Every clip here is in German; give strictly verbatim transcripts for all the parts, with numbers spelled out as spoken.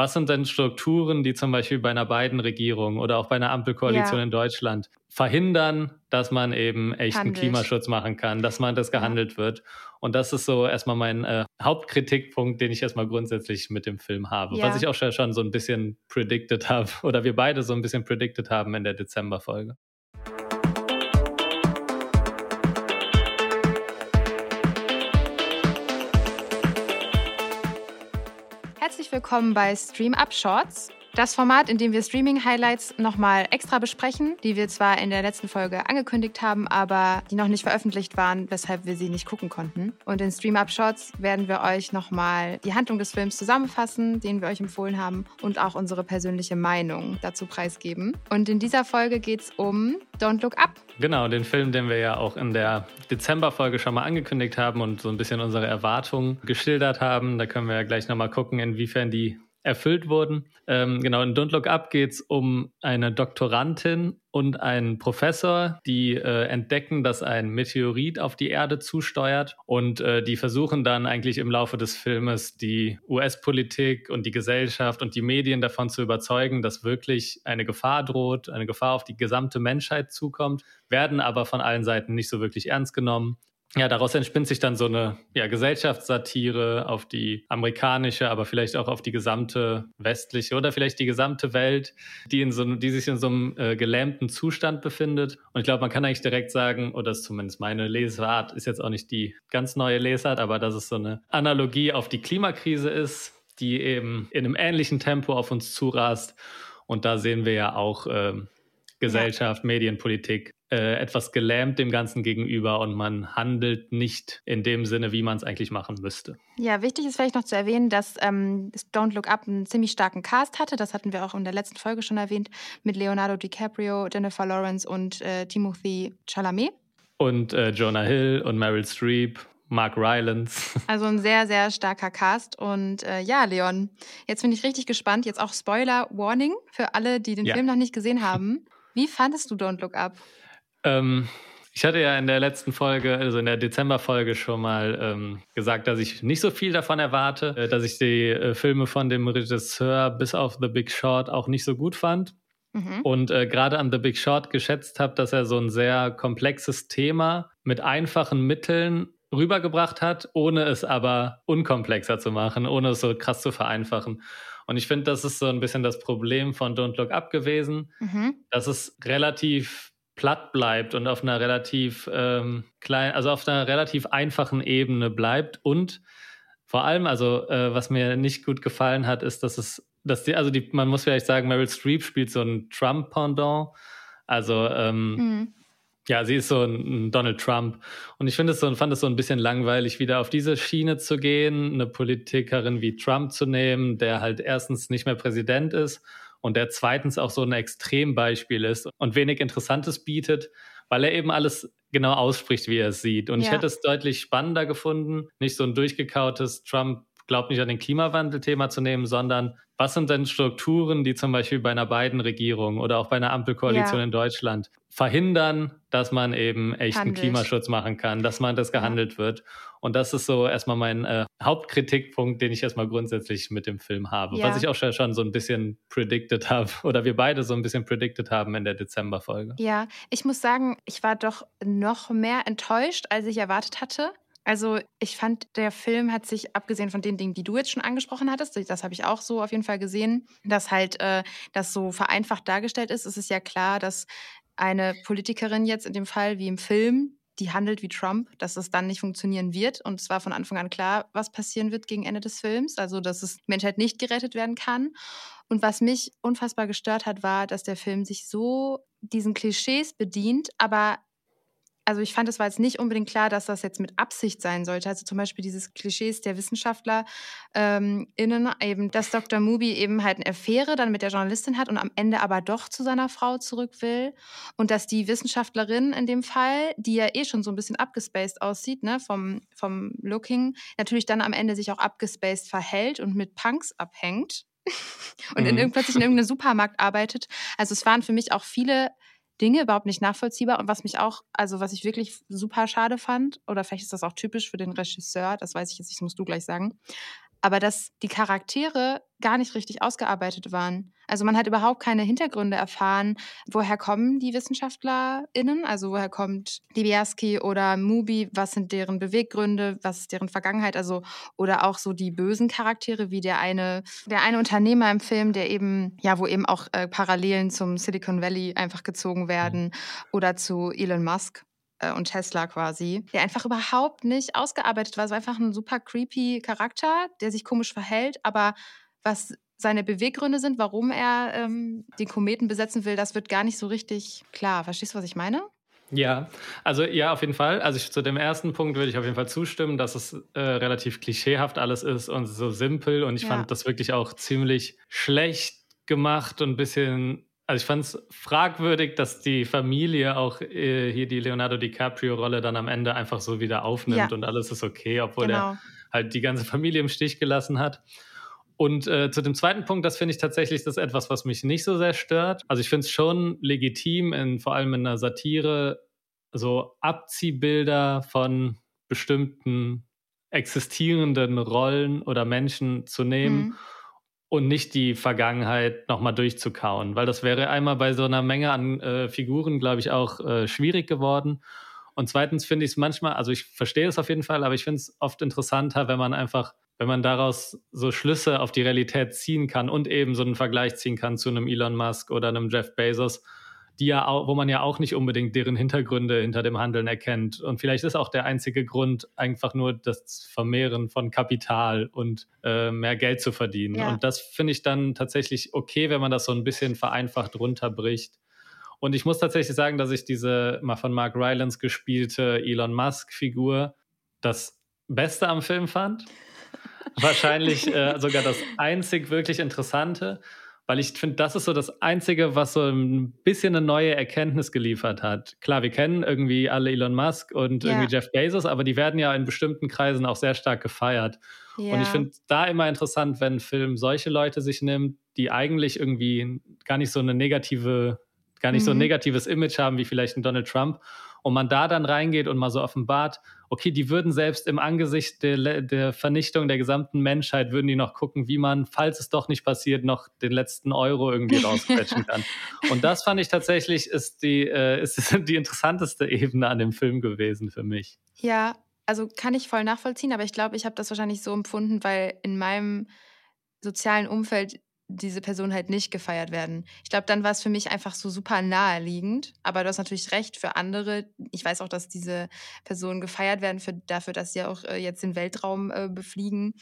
was sind denn Strukturen, die zum Beispiel bei einer Biden-Regierung oder auch bei einer Ampelkoalition Ja. in Deutschland verhindern, dass man eben echten Handelt. Klimaschutz machen kann, dass man das gehandelt Ja. wird. Und das ist so erstmal mein äh, Hauptkritikpunkt, den ich erstmal grundsätzlich mit dem Film habe. Ja. Was ich auch schon, schon so ein bisschen predicted habe oder wir beide so ein bisschen predicted haben in der Dezemberfolge. Herzlich willkommen bei Stream Up Shorts, das Format, in dem wir Streaming-Highlights nochmal extra besprechen, die wir zwar in der letzten Folge angekündigt haben, aber die noch nicht veröffentlicht waren, weshalb wir sie nicht gucken konnten. Und in Stream Up Shorts werden wir euch nochmal die Handlung des Films zusammenfassen, den wir euch empfohlen haben, und auch unsere persönliche Meinung dazu preisgeben. Und in dieser Folge geht es um Don't Look Up. Genau, den Film, den wir ja auch in der Dezemberfolge schon mal angekündigt haben und so ein bisschen unsere Erwartungen geschildert haben. Da können wir ja gleich nochmal gucken, inwiefern die erfüllt wurden. Ähm, genau, in Don't Look Up geht es um eine Doktorandin und einen Professor, die äh, entdecken, dass ein Meteorit auf die Erde zusteuert und äh, die versuchen dann eigentlich im Laufe des Filmes die U S-Politik und die Gesellschaft und die Medien davon zu überzeugen, dass wirklich eine Gefahr droht, eine Gefahr auf die gesamte Menschheit zukommt, werden aber von allen Seiten nicht so wirklich ernst genommen. Ja, daraus entspinnt sich dann so eine ja, Gesellschaftssatire auf die amerikanische, aber vielleicht auch auf die gesamte westliche oder vielleicht die gesamte Welt, die, in so, die sich in so einem äh, gelähmten Zustand befindet. Und ich glaube, man kann eigentlich direkt sagen, oder das ist zumindest meine Lesart, ist jetzt auch nicht die ganz neue Lesart, aber dass es so eine Analogie auf die Klimakrise ist, die eben in einem ähnlichen Tempo auf uns zurast. Und da sehen wir ja auch äh, Gesellschaft, ja. Medienpolitik, äh, etwas gelähmt dem Ganzen gegenüber und man handelt nicht in dem Sinne, wie man es eigentlich machen müsste. Ja, wichtig ist vielleicht noch zu erwähnen, dass ähm, Don't Look Up einen ziemlich starken Cast hatte. Das hatten wir auch in der letzten Folge schon erwähnt, mit Leonardo DiCaprio, Jennifer Lawrence und äh, Timothée Chalamet. Und äh, Jonah Hill und Meryl Streep. Mark Rylance. Also ein sehr, sehr starker Cast. Und äh, ja, Leon, jetzt bin ich richtig gespannt. Jetzt auch Spoiler-Warning für alle, die den ja. Film noch nicht gesehen haben. Wie fandest du Don't Look Up? Ähm, ich hatte ja in der letzten Folge, also in der Dezemberfolge schon mal ähm, gesagt, dass ich nicht so viel davon erwarte, äh, dass ich die äh, Filme von dem Regisseur bis auf The Big Short auch nicht so gut fand. Mhm. Und äh, gerade an The Big Short geschätzt habe, dass er so ein sehr komplexes Thema mit einfachen Mitteln rübergebracht hat, ohne es aber unkomplexer zu machen, ohne es so krass zu vereinfachen. Und ich finde, das ist so ein bisschen das Problem von Don't Look Up gewesen, mhm. dass es relativ platt bleibt und auf einer relativ ähm, klein, also auf einer relativ einfachen Ebene bleibt. Und vor allem, also äh, was mir nicht gut gefallen hat, ist, dass es, dass die, also die, man muss vielleicht sagen, Meryl Streep spielt so ein Trump-Pendant. Also ähm, mhm. Ja, sie ist so ein Donald Trump. Und ich finde es so, fand es so ein bisschen langweilig, wieder auf diese Schiene zu gehen, eine Politikerin wie Trump zu nehmen, der halt erstens nicht mehr Präsident ist und der zweitens auch so ein Extrembeispiel ist und wenig Interessantes bietet, weil er eben alles genau ausspricht, wie er es sieht. Und ja. ich hätte es deutlich spannender gefunden, nicht so ein durchgekautes Trump glaubt nicht an den Klimawandel-Thema zu nehmen, sondern was sind denn Strukturen, die zum Beispiel bei einer Biden-Regierung oder auch bei einer Ampelkoalition ja. in Deutschland verhindern, dass man eben echten Handelt. Klimaschutz machen kann, dass man das gehandelt ja. wird. Und das ist so erstmal mein äh, Hauptkritikpunkt, den ich erstmal grundsätzlich mit dem Film habe. Ja. Was ich auch schon, schon so ein bisschen predicted habe oder wir beide so ein bisschen predicted haben in der Dezemberfolge. Ja, ich muss sagen, ich war doch noch mehr enttäuscht, als ich erwartet hatte. Also ich fand, der Film hat sich, abgesehen von den Dingen, die du jetzt schon angesprochen hattest, das habe ich auch so auf jeden Fall gesehen, dass halt äh, das so vereinfacht dargestellt ist. Es ist ja klar, dass eine Politikerin jetzt in dem Fall wie im Film, die handelt wie Trump, dass es dann nicht funktionieren wird. Und es war von Anfang an klar, was passieren wird gegen Ende des Films. Also dass es die Menschheit nicht gerettet werden kann. Und was mich unfassbar gestört hat, war, dass der Film sich so diesen Klischees bedient, aber also ich fand, es war jetzt nicht unbedingt klar, dass das jetzt mit Absicht sein sollte. Also zum Beispiel dieses Klischees der Wissenschaftler ähm, innen, eben, dass Doktor Mubi eben halt eine Affäre dann mit der Journalistin hat und am Ende aber doch zu seiner Frau zurück will. Und dass die Wissenschaftlerin in dem Fall, die ja eh schon so ein bisschen abgespaced aussieht, ne, vom, vom Looking, natürlich dann am Ende sich auch abgespaced verhält und mit Punks abhängt und mhm. in, plötzlich in irgendeinem Supermarkt arbeitet. Also es waren für mich auch viele Dinge überhaupt nicht nachvollziehbar und was mich auch, also was ich wirklich super schade fand, oder vielleicht ist das auch typisch für den Regisseur, das weiß ich jetzt nicht, das musst du gleich sagen, aber dass die Charaktere gar nicht richtig ausgearbeitet waren. Also man hat überhaupt keine Hintergründe erfahren, woher kommen die WissenschaftlerInnen, also woher kommt Dibiasky oder Mubi, was sind deren Beweggründe, was ist deren Vergangenheit, also oder auch so die bösen Charaktere, wie der eine, der eine Unternehmer im Film, der eben, ja, wo eben auch äh, Parallelen zum Silicon Valley einfach gezogen werden oder zu Elon Musk und Tesla quasi, der einfach überhaupt nicht ausgearbeitet war. Es war einfach ein super creepy Charakter, der sich komisch verhält, aber was seine Beweggründe sind, warum er ähm, den Kometen besetzen will, das wird gar nicht so richtig klar. Verstehst du, was ich meine? Ja, also ja, auf jeden Fall. Also ich, zu dem ersten Punkt würde ich auf jeden Fall zustimmen, dass es äh, relativ klischeehaft alles ist und so simpel. Und ich Ja. fand das wirklich auch ziemlich schlecht gemacht und ein bisschen, also ich fand es fragwürdig, dass die Familie auch äh, hier die Leonardo DiCaprio-Rolle dann am Ende einfach so wieder aufnimmt Ja. und alles ist okay, obwohl Genau. er halt die ganze Familie im Stich gelassen hat. Und äh, zu dem zweiten Punkt, das finde ich tatsächlich, das ist etwas, was mich nicht so sehr stört. Also ich finde es schon legitim, in, vor allem in einer Satire, so Abziehbilder von bestimmten existierenden Rollen oder Menschen zu nehmen Mhm. und nicht die Vergangenheit nochmal durchzukauen. Weil das wäre einmal bei so einer Menge an äh, Figuren, glaube ich, auch äh, schwierig geworden. Und zweitens finde ich es manchmal, also ich verstehe es auf jeden Fall, aber ich finde es oft interessanter, wenn man einfach, wenn man daraus so Schlüsse auf die Realität ziehen kann und eben so einen Vergleich ziehen kann zu einem Elon Musk oder einem Jeff Bezos, die ja auch, wo man ja auch nicht unbedingt deren Hintergründe hinter dem Handeln erkennt. Und vielleicht ist auch der einzige Grund einfach nur das Vermehren von Kapital und äh, mehr Geld zu verdienen. Ja. Und das finde ich dann tatsächlich okay, wenn man das so ein bisschen vereinfacht runterbricht. Und ich muss tatsächlich sagen, dass ich diese mal von Mark Rylance gespielte Elon Musk-Figur das Beste am Film fand. Wahrscheinlich äh, sogar das einzig wirklich Interessante, weil ich finde, das ist so das Einzige, was so ein bisschen eine neue Erkenntnis geliefert hat. Klar, wir kennen irgendwie alle Elon Musk und Ja. irgendwie Jeff Bezos, aber die werden ja in bestimmten Kreisen auch sehr stark gefeiert. Ja. Und ich finde da immer interessant, wenn ein Film solche Leute sich nimmt, die eigentlich irgendwie gar nicht so eine negative, gar nicht Mhm. so ein negatives Image haben wie vielleicht ein Donald Trump. Und man da dann reingeht und mal so offenbart, okay, die würden selbst im Angesicht der, der Vernichtung der gesamten Menschheit, würden die noch gucken, wie man, falls es doch nicht passiert, noch den letzten Euro irgendwie rausquetschen kann. Und das fand ich tatsächlich, ist die, äh, ist die interessanteste Ebene an dem Film gewesen für mich. Ja, also kann ich voll nachvollziehen, aber ich glaube, ich habe das wahrscheinlich so empfunden, weil in meinem sozialen Umfeld diese Personen halt nicht gefeiert werden. Ich glaube, dann war es für mich einfach so super naheliegend. Aber du hast natürlich recht, für andere, ich weiß auch, dass diese Personen gefeiert werden für, dafür, dass sie auch äh, jetzt den Weltraum äh, befliegen.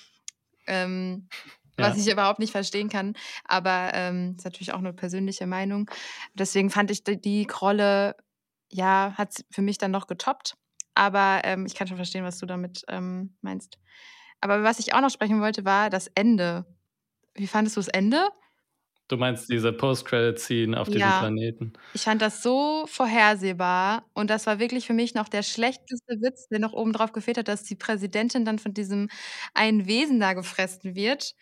Ähm, Ja. Was ich überhaupt nicht verstehen kann. Aber ähm, ist natürlich auch eine persönliche Meinung. Deswegen fand ich die, die Rolle, ja, hat für mich dann noch getoppt. Aber ähm, ich kann schon verstehen, was du damit ähm, meinst. Aber was ich auch noch sprechen wollte, war das Ende. Wie fandest du das Ende? Du meinst diese Post-Credit-Scene auf diesem Ja. Planeten? Ich fand das so vorhersehbar und das war wirklich für mich noch der schlechteste Witz, der noch oben drauf gefehlt hat, dass die Präsidentin dann von diesem einen Wesen da gefressen wird.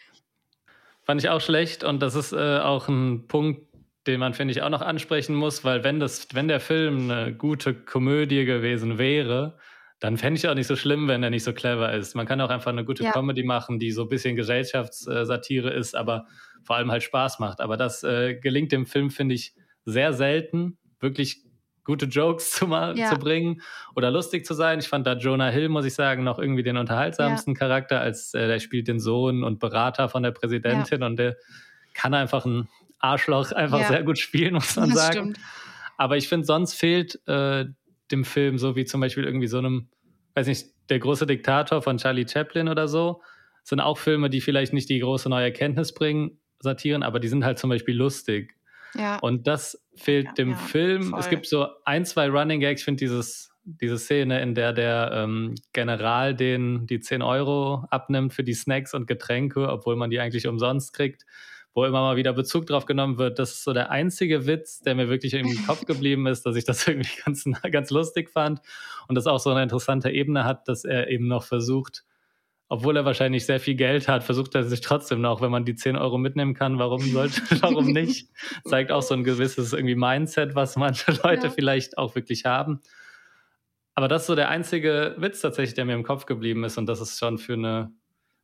Fand ich auch schlecht und das ist äh, auch ein Punkt, den man, finde ich, auch noch ansprechen muss, weil wenn, das, wenn der Film eine gute Komödie gewesen wäre, dann fände ich auch nicht so schlimm, wenn er nicht so clever ist. Man kann auch einfach eine gute Ja. Comedy machen, die so ein bisschen Gesellschaftssatire ist, aber vor allem halt Spaß macht. Aber das äh, gelingt dem Film, finde ich, sehr selten, wirklich gute Jokes zu, ma- Ja. zu bringen oder lustig zu sein. Ich fand da Jonah Hill, muss ich sagen, noch irgendwie den unterhaltsamsten Charakter, als äh, der spielt den Sohn und Berater von der Präsidentin und der kann einfach ein Arschloch einfach Ja. sehr gut spielen, muss man Das sagen. stimmt. Aber ich finde, sonst fehlt äh, dem Film so wie zum Beispiel irgendwie so einem, weiß nicht, Der große Diktator von Charlie Chaplin oder so. Das sind auch Filme, die vielleicht nicht die große neue Erkenntnis bringen, Satiren, aber die sind halt zum Beispiel lustig. Ja. Und das fehlt Ja, dem ja, Film. voll. Es gibt so ein, zwei Running Gags. Ich finde dieses, diese Szene, in der der ähm, General den die zehn Euro abnimmt für die Snacks und Getränke, obwohl man die eigentlich umsonst kriegt, wo immer mal wieder Bezug drauf genommen wird. Das ist so der einzige Witz, der mir wirklich im Kopf geblieben ist, dass ich das irgendwie ganz, ganz lustig fand. Und das auch so eine interessante Ebene hat, dass er eben noch versucht, obwohl er wahrscheinlich sehr viel Geld hat, versucht er sich trotzdem noch, wenn man die zehn Euro mitnehmen kann, warum sollte, warum nicht? Zeigt auch so ein gewisses irgendwie Mindset, was manche Leute Ja. vielleicht auch wirklich haben. Aber das ist so der einzige Witz tatsächlich, der mir im Kopf geblieben ist und das ist schon für eine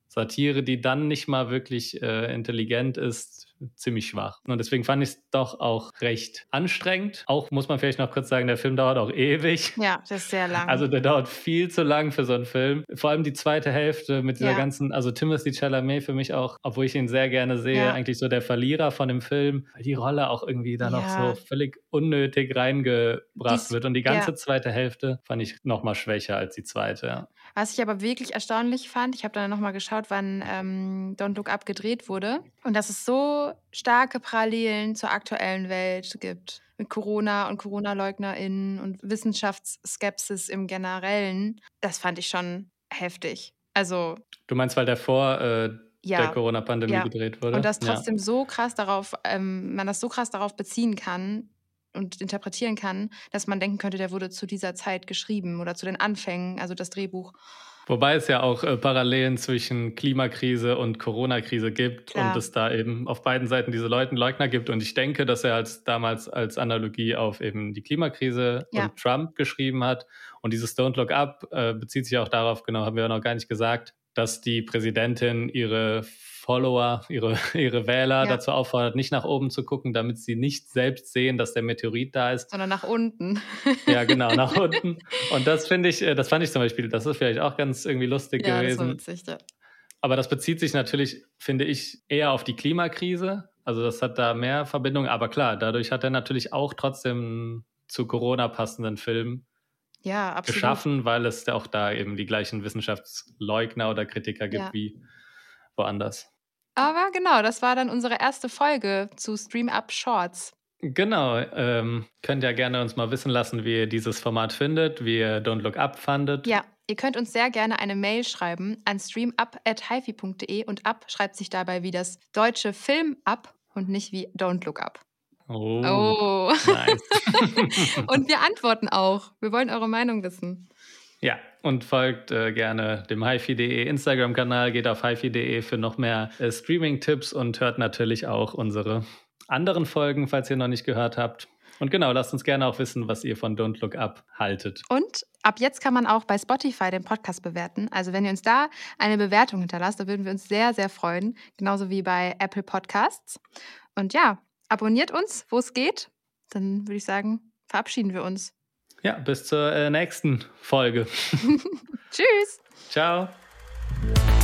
Satire, die dann nicht mal wirklich äh, intelligent ist, ziemlich schwach. Und deswegen fand ich es doch auch recht anstrengend. Auch muss man vielleicht noch kurz sagen, der Film dauert auch ewig. Ja, das ist sehr lang. Also der dauert viel zu lang für so einen Film. Vor allem die zweite Hälfte mit dieser Ja. ganzen, also Timothée Chalamet für mich auch, obwohl ich ihn sehr gerne sehe, Ja. eigentlich so der Verlierer von dem Film, weil die Rolle auch irgendwie da noch Ja. so völlig unnötig reingebracht Dies- wird. Und die ganze ja. zweite Hälfte fand ich noch mal schwächer als die zweite. Ja. Was ich aber wirklich erstaunlich fand, ich habe dann nochmal geschaut, wann ähm, Don't Look Up gedreht wurde. Und dass es so starke Parallelen zur aktuellen Welt gibt. Mit Corona und Corona-LeugnerInnen und Wissenschaftsskepsis im Generellen. Das fand ich schon heftig. Also, Du meinst, weil davor äh, ja. der Corona-Pandemie Ja. gedreht wurde? Und das Ja. trotzdem so krass darauf, ähm, man das so krass darauf beziehen kann und interpretieren kann, dass man denken könnte, der wurde zu dieser Zeit geschrieben oder zu den Anfängen, also das Drehbuch. Wobei es ja auch äh, Parallelen zwischen Klimakrise und Corona-Krise gibt Klar. und es da eben auf beiden Seiten diese Leuten Leugner gibt. Und ich denke, dass er als damals als Analogie auf eben die Klimakrise Ja. und Trump geschrieben hat. Und dieses Don't Look Up äh, bezieht sich auch darauf, genau, haben wir ja noch gar nicht gesagt, dass die Präsidentin ihre Follower, ihre, ihre Wähler Ja. dazu auffordert, nicht nach oben zu gucken, damit sie nicht selbst sehen, dass der Meteorit da ist. Sondern nach unten. Ja, genau, nach unten. Und das finde ich, äh, das fand ich zum Beispiel, das ist vielleicht auch ganz irgendwie lustig Ja, das war gewesen. witzig, ja. Aber das bezieht sich natürlich, finde ich, eher auf die Klimakrise. Also das hat da mehr Verbindung. Aber klar, dadurch hat er natürlich auch trotzdem zu Corona passenden Film Ja, absolut. geschaffen, weil es auch da eben die gleichen Wissenschaftsleugner oder Kritiker gibt Ja. wie woanders. Aber genau, das war dann unsere erste Folge zu Stream Up Shorts. Genau, ähm, könnt ja gerne uns mal wissen lassen, wie ihr dieses Format findet, wie ihr Don't Look Up fandet. Ja, ihr könnt uns sehr gerne eine Mail schreiben an streamup at hifi punkt de und Up schreibt sich dabei wie das deutsche Film Up und nicht wie Don't Look Up. Oh, Oh. nice. Und wir antworten auch. Wir wollen eure Meinung wissen. Ja, und folgt äh, gerne dem hifi punkt de Instagram-Kanal, geht auf hifi punkt de für noch mehr äh, Streaming-Tipps und hört natürlich auch unsere anderen Folgen, falls ihr noch nicht gehört habt. Und genau, lasst uns gerne auch wissen, was ihr von Don't Look Up haltet. Und ab jetzt kann man auch bei Spotify den Podcast bewerten. Also wenn ihr uns da eine Bewertung hinterlasst, da würden wir uns sehr, sehr freuen. Genauso wie bei Apple Podcasts. Und ja, abonniert uns, wo es geht. Dann würde ich sagen, verabschieden wir uns. Ja, bis zur äh, nächsten Folge. Tschüss. Ciao.